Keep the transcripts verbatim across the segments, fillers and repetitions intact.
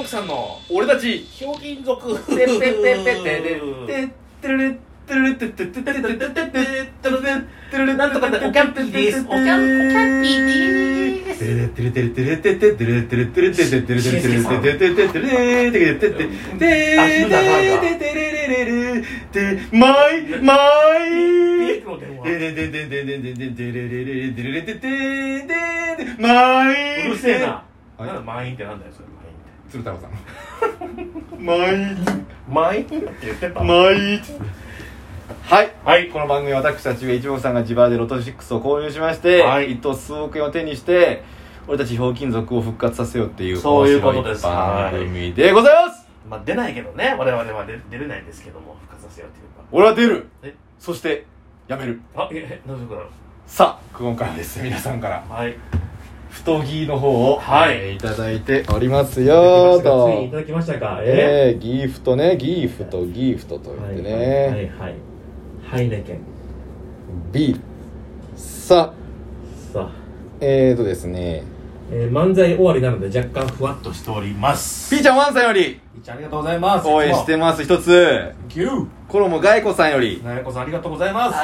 目さんの俺たちひょうきん族てってってってってってるるってるるってってってってってってってるるなんとかでおキャンピーです。おキャンおキャンピーです。 てれてれてれてれてててれてれてれてててれてれてれてててててれてれてててててれれれれてマイマイでででででででででれれれでれれててででマイうるせえな。なんだ満員ってなんだよそれ。 鶴太郎さんマイ満員って言ってた。 マイはい、 はい、 この番組は私たちが一目さんが自腹でロトろくを購入しまして、はい、一等数億円を手にして俺たちひょうきん族を復活させようっていうそういうことです。 番組でございます。 まあ出ないけどね、我々は出出れないんですけども復活させようっていうか。 俺は出る。 え、 そしてやめる。 あ、え、なぜかだろう。 さあ今回はですね皆さんからはい太着の方を、 はいえー、いただいておりますよと。 ついにいただきましたか。 えー、ギフトね、ギフトギフトと言ってね、はいはいはい、はい、ハイネケンビール。さあさあえーとですね、 えー、漫才終わりなので若干ふわっとしております。 ピーちゃんワンさんよりピーちゃんありがとうございます。 応援してます。一つキューコロモガイコさんよりなやこさんありがとうございます。 あー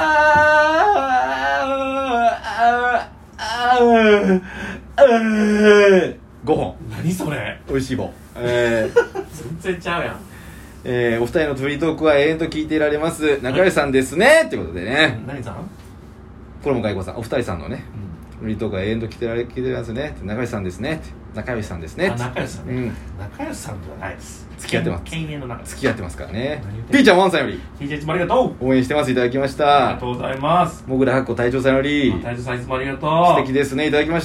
あーあーあーごほん。 何それ。 おいしい棒。えー、 全然ちゃうやん。 えー、お二人のフリートークは永遠と聞いていられます仲良しさんですねってことでね。 何さん。 コロモガイコさんお二人さんのね、うん、フリートークは永遠と聞いてられ聞いてられますねって仲良しさんですねって仲良しさんですねって。 あ仲良しさんね、うん、仲良しさんではないです。 付き合ってます。 犬猿の中付き合ってますからね。ピーちゃんワンさんよりピーちゃんいつもありがとう。 応援してますいただきました。 ありがとうございます。 もぐらはっこ隊長さんより隊長さんいつもありがとう。 素敵ですねいただきました。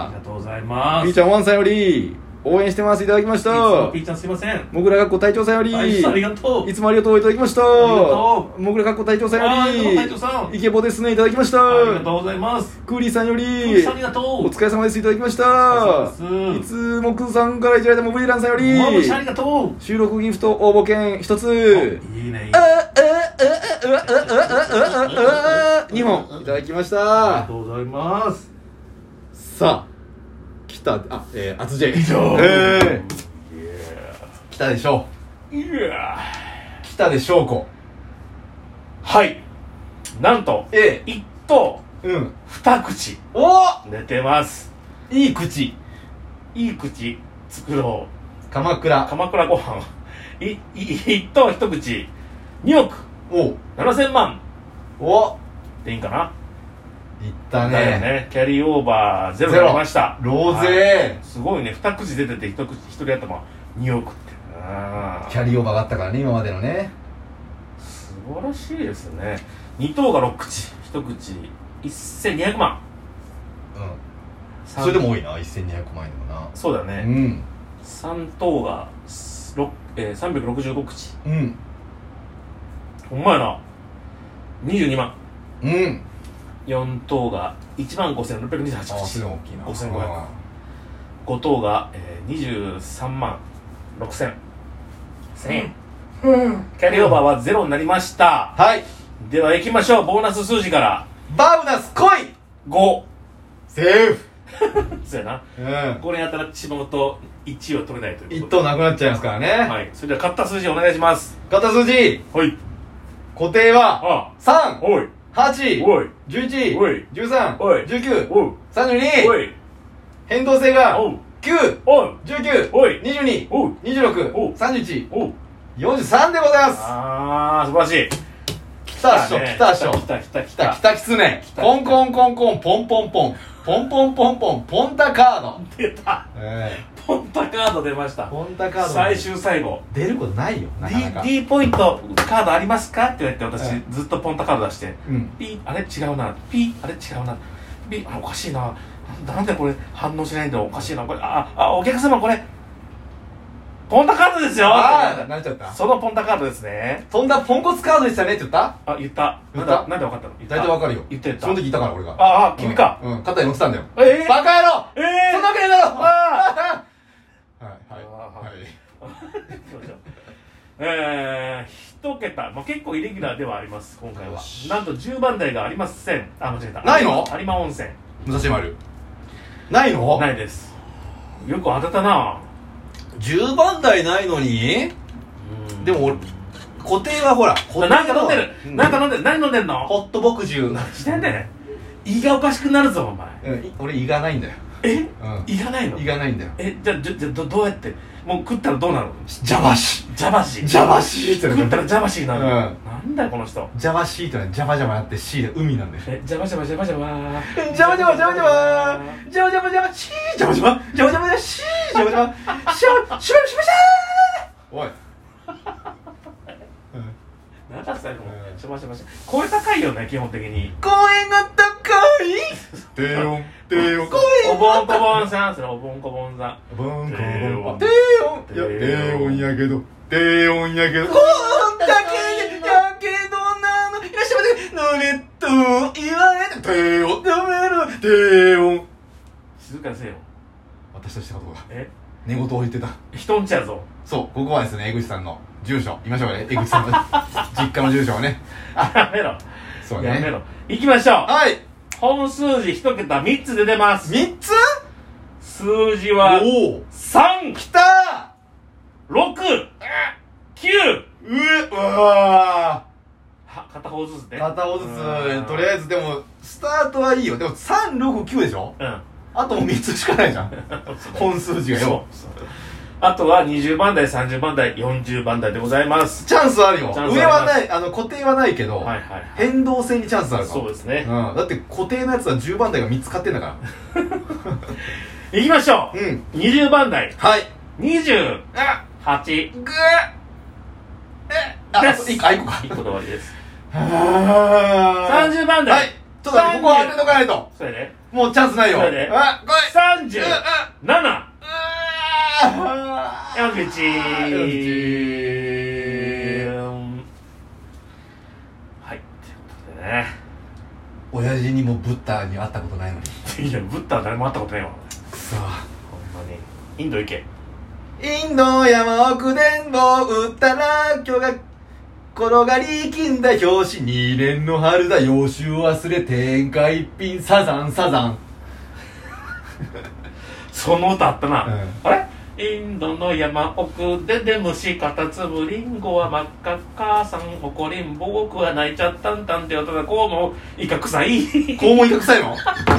ありがとうございます。 ピーちゃんワンさんより応援してますいただきました。 いつもピーちゃんすいません。 もぐら学校隊長さんよりありがとう。 いつもありがとういただきました。 ありがとう。 もぐら学校隊長さんより隊長さんイケボですねいただきました。 ありがとうございます。 クーリーさんよりクーリーさんありがとう。 お疲れ様ですいただきました。いつもくさんからいただいたモブリランさんよりモブちゃんありがとう。 収録ギフト応募券一ついいねいいねにほんいただきました。 ありがとうございます。 さあ来たあ、えー、アツジェイ以上、 えー、来たでしょう。 いや来たでしょうこ。 はいなんとえ一頭うん二口お寝てます。 いい口いい口作ろう。 鎌倉鎌倉ご飯いい一頭一口におくおななせんまんおでいいんかな。 いったね。 だよね。キャリーオーバーゼロになりました。 ローゼー、すごいね。二口出てて一口一人頭におくってあキャリーオーバーがあったからね今までのね。 素晴らしいですね。に頭がろく口一口せんにひゃくまん。 うんそれでも多いなせんにひゃくまん円でもな。 そうだね。うんさん頭が、えー、さんびゃくろくじゅうご口。うんほんまやなにじゅうにまん。うんよん頭がいちまんごせんろっぴゃくにじゅうはち口。 あそれ大きいな。 ごせんごひゃく。ご頭が、えー、にじゅうさんまんろくせんせんえん、うん、キャリーオーバーはゼロになりました。はいでは行きましょう。ボーナス数字から。 バウナス来い。 ごセーフそうやな、うん、これやったらしまうといちを取れないということでいっ頭なくなっちゃいますからね。はいそれでは勝った数字お願いします。 勝った数字はい固定はさんおいはちおいじゅういちおいじゅうさんおいじゅうきゅうおいさんじゅうにおい変動性がきゅうおいじゅうきゅうおいにじゅうにおいにじゅうろくおいさんじゅういちおいよんじゅうさんでございます。あー素晴らしい。来たっしょ来たっしょ来た来た来た来たきつね。コンコンコンコンポンポンポンポンポンポンポンポンタカード出た、えー、ポンタカード出ました。ポンタカード最終最後出ることないよなかなか。 D, D ポイントカードありますかって言われて私、うん、ずっとポンタカード出して、うん、ピあれ違うなピあれ違うなピあおかしいななんでこれ反応しないんだろうおかしいなこれああお客様これポンタカードですよ。ああ、なっちゃった。そのポンタカードですね。飛んだポンコツカードでしたねって言った？あ、言った。言った。なんで分かったの？大体分かるよ。言ってた。その時言ったから俺が。ああ、君か。うん。肩に乗ってたんだよ。ええ。バカ野郎。ええ。そんなわけねえだろ。ああ。はいはいはい。えー、一桁、まあ、結構イレギュラーではあります今回は。なんとじゅうばん台がありません。あ、間違えた。ないの？有馬温泉。武蔵丸。ないの？ないです。よく当てたな。 じゅうばん台ないのに。でも俺固定はほらなんか飲んでる、うん、なんか飲んでる。何飲んでんの？ ホット牧汁。 何してんねん。胃がおかしくなるぞお前。 うん、俺胃がないんだよ。 え、うん、胃がないの？ 胃がないんだよ。 え、じゃあじゃじゃどどうやってもう食ったらどうなるの？ ジャバシジャバシジャバシって食ったらジャバシになる、 うん、 なんだよこの人。 ジャバシーってのはジャバジャバやって シー で海なんだよ。 え、ジャバジャバジャバジャバジャバジャバジャバジャバジャバジャバジャバシージャバジャバジャバジャバシージャバジャバシャバシャバシャバシャおいなんだ最後シャバシャバシャ声高いよね基本的に。 声が高い低音低音おぼんこぼんさん。それおぼんこぼんさん。 おぼんこぼん低音いや低音やけど低音やけどこんだけやけどなのいらっしゃいませのれっと言われて低音やめる低音静かにせよ。 私としたことがえ寝言を言ってた。 人んちやぞ。 そうここはですね江口さんの住所言いましょうかね。江口さんの実家の住所をねやめろそうねやめろ。行きましょう。 はい本数字一桁みっつ出てます。 みっつ数字はおおさん、 きたろく、きゅう。 うわは片方ずつね。 片方ずつとりあえずでもスタートはいいよ。でもさん、ろく、きゅうでしょ。 うんあともうみっつしかないじゃん本数字がよ。 そうそうあとはにじゅうばん台、さんじゅうばん台、よんじゅうばん台でございます。 チャンスあるよ。上はない、あの固定はないけど、 はいはいはい、 変動性にチャンスあるから。 そうですね、 うん、だって固定のやつはじゅうばん台がみっつ買ってんだからいきましょう、うん、にじゅうばん台はいにじゅうはちぐえあ、いっこ、あ、いっこかいっこで終わりですはさんじゅうばん台はいちょっと待って、ここは当てとかないと。 それでもうチャンスないよ。 それであ、来いさんじゅうななよんじゅういちはい、ということでね。 親父にもブッダに会ったことないのに。 いや、ブッダは誰も会ったことないわ。 くそほんまにインド行け。 インド山奥でも打ったら今日が転がり金だ表紙二連の春だ洋酒忘れ天下一品サザンサザンその歌あったな、 うん、 あれインドの山奥でで虫カタツムリンゴは真っ赤母さん怒りんぼ僕は泣いちゃったんたんって音だこうもイカ臭いこうもイカ臭いの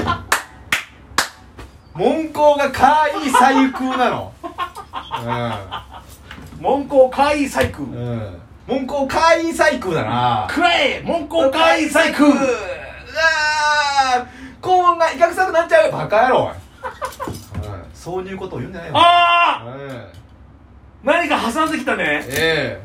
文校がかい細工なのうん文校かい細工うん文校かい細工だなくらえ文校かい細工あー肛門がイカ臭くなっちゃうバカ野郎そういうことを言うんじゃないよああ、 えー、何か挟んできたねえ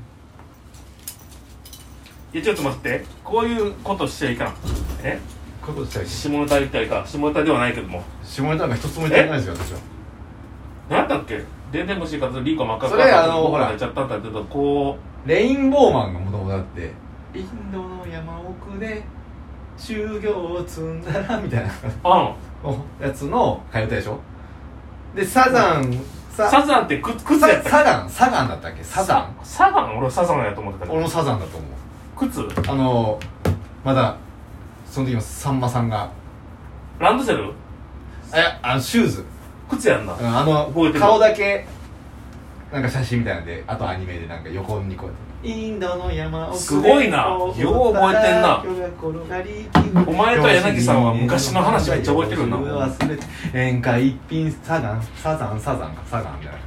えいやちょっと待ってこういうことしちゃいかんえこういうことしちゃいかん下ネタ言ったらいかん下ネタではないけども下ネタなんか一つも言ってないですよ私は何だっけでんでん虫かつリーコ真っ赤それあのほらやっちゃったんだけどこうレインボーマンがもともとあってインドの山奥で修行を積んだらみたいなあやつの替え歌でしょでサザン、うん、 サザンって靴やったっけサガンサガンだったっけサザンサガン俺サザンやと思ってたけど俺もサザンだと思う靴あのまだその時もさんまさんがランドセルえあのシューズ靴やんな、 うん、あの顔だけなんか写真みたいなんであとアニメでなんか横にこうやってインドの山奥ですごいなよう覚えてんなお前と柳さんは昔の話めっちゃ覚えてるな忘れて演歌一品サザンサザンサザンかサザンみたい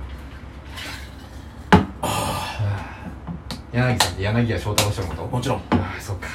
な柳さんって柳家翔太郎師匠のこともちろんああそっか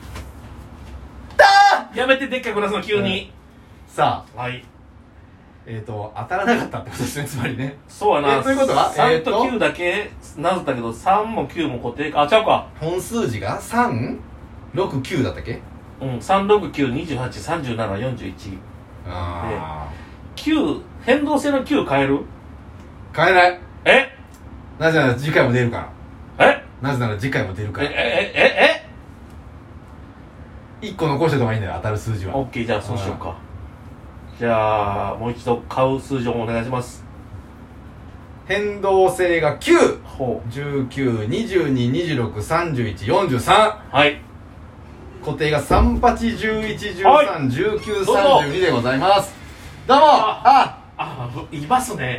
やめてでっかい声出すの急に、 うん、さあはいえーと当たらなかったってことですねつまりねそうやなえということはさんときゅうだけなぞったけどさんもきゅうも固定かあちゃうか本数字がさんろくきゅうだったっけうんさんろくきゅうにじゅうはちさんじゅうななよんじゅういちああきゅう変動性のきゅう変える変えないえなぜなら次回も出るからえなぜなら次回も出るからええええいっこ残してた方がいいんだよ当たる数字はオッケーじゃあそうしようかじゃあもう一度買う数字をお願いします変動性がきゅうほうじゅうきゅう、にじゅうに、にじゅうろく、さんじゅういち、よんじゅうさんはい固定がさん、はち、じゅういち、じゅうさん、じゅうきゅう、さんじゅうにでございますどうもあああいますね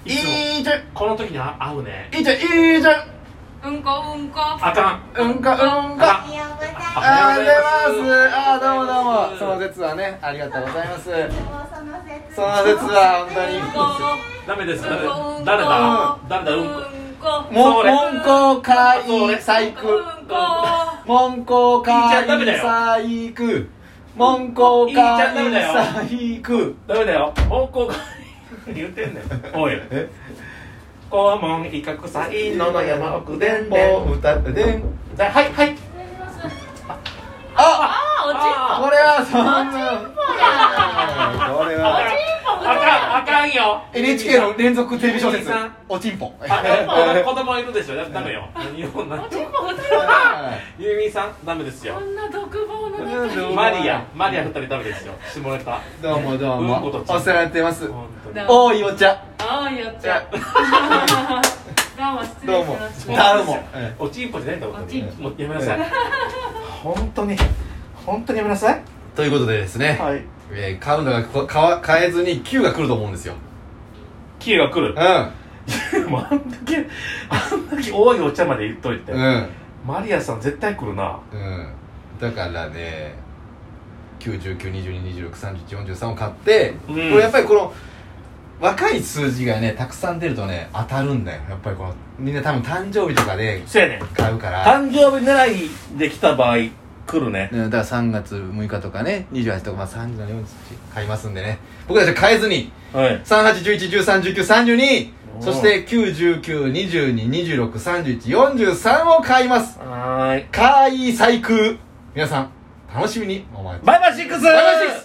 いいじゃんこの時にあ合うね。 いいじゃんいいじゃんうんこうんこあかんうんかうんかおはようございます。 ありがとうございますあどうもどうもその説はねありがとうございますその説は本当にダメです。ダメ。誰だ誰だうんこ。 もんこかい細工もんこかい細工もんこかい細工ダメだよ。もんこかい言ってんねん。おい。肛門威嚇祭のの山奥でんでん歌ってでんはいはい。 ああ、おちんぽ。 これはそんなこれはあかんあかんよ。 エヌエイチケー の連続テレビ小説おちんぽ子供いるでしょ。ダメよ。何を何おちんぽ普通ゆみさんダメですよ。 こんな独房の中にマリアマリア二人ダメですよ。下ネタ。 どうもどうもうんことちんぽお世話になってます本当においお茶あー、やっちゃう。どうも失どうも礼しました。 どうもおちんぽじゃないんだもん。 おちんぽもうやめなさい。本当に本当にやめなさい。 ということでですねはい。 えー買うのがこ買わ買えずにきゅうが来ると思うんですよキエが来る。 うもうあんだけあんだけ多いお茶まで言っといて。 んうんマリアさん絶対来るな。 うんだからねきゅう、じゅうきゅう、にじゅうに、にじゅうろく、さんじゅういち、よんじゅうさんを買ってうんこれやっぱりこの若い数字がねたくさん出るとね当たるんだよやっぱりこのみんな多分誕生日とかでそうやねん。 買うから誕生日狙いで来た場合来るね。 ねだからさんがつむいかとかねにじゅうはちとか、まあ、さんじゅうなな、よんじゅうはち買いますんでね僕たちは買えずにはい。 さん、はち、じゅういち、じゅうさん、じゅうきゅう、さんじゅうにおーそしてきゅう、じゅうきゅう、にじゅうに、にじゅうろく、さんじゅういち、よんじゅうさんを買いますはーい。 買い細工皆さん楽しみにお待ちバイバイシックス。 バイバイシックス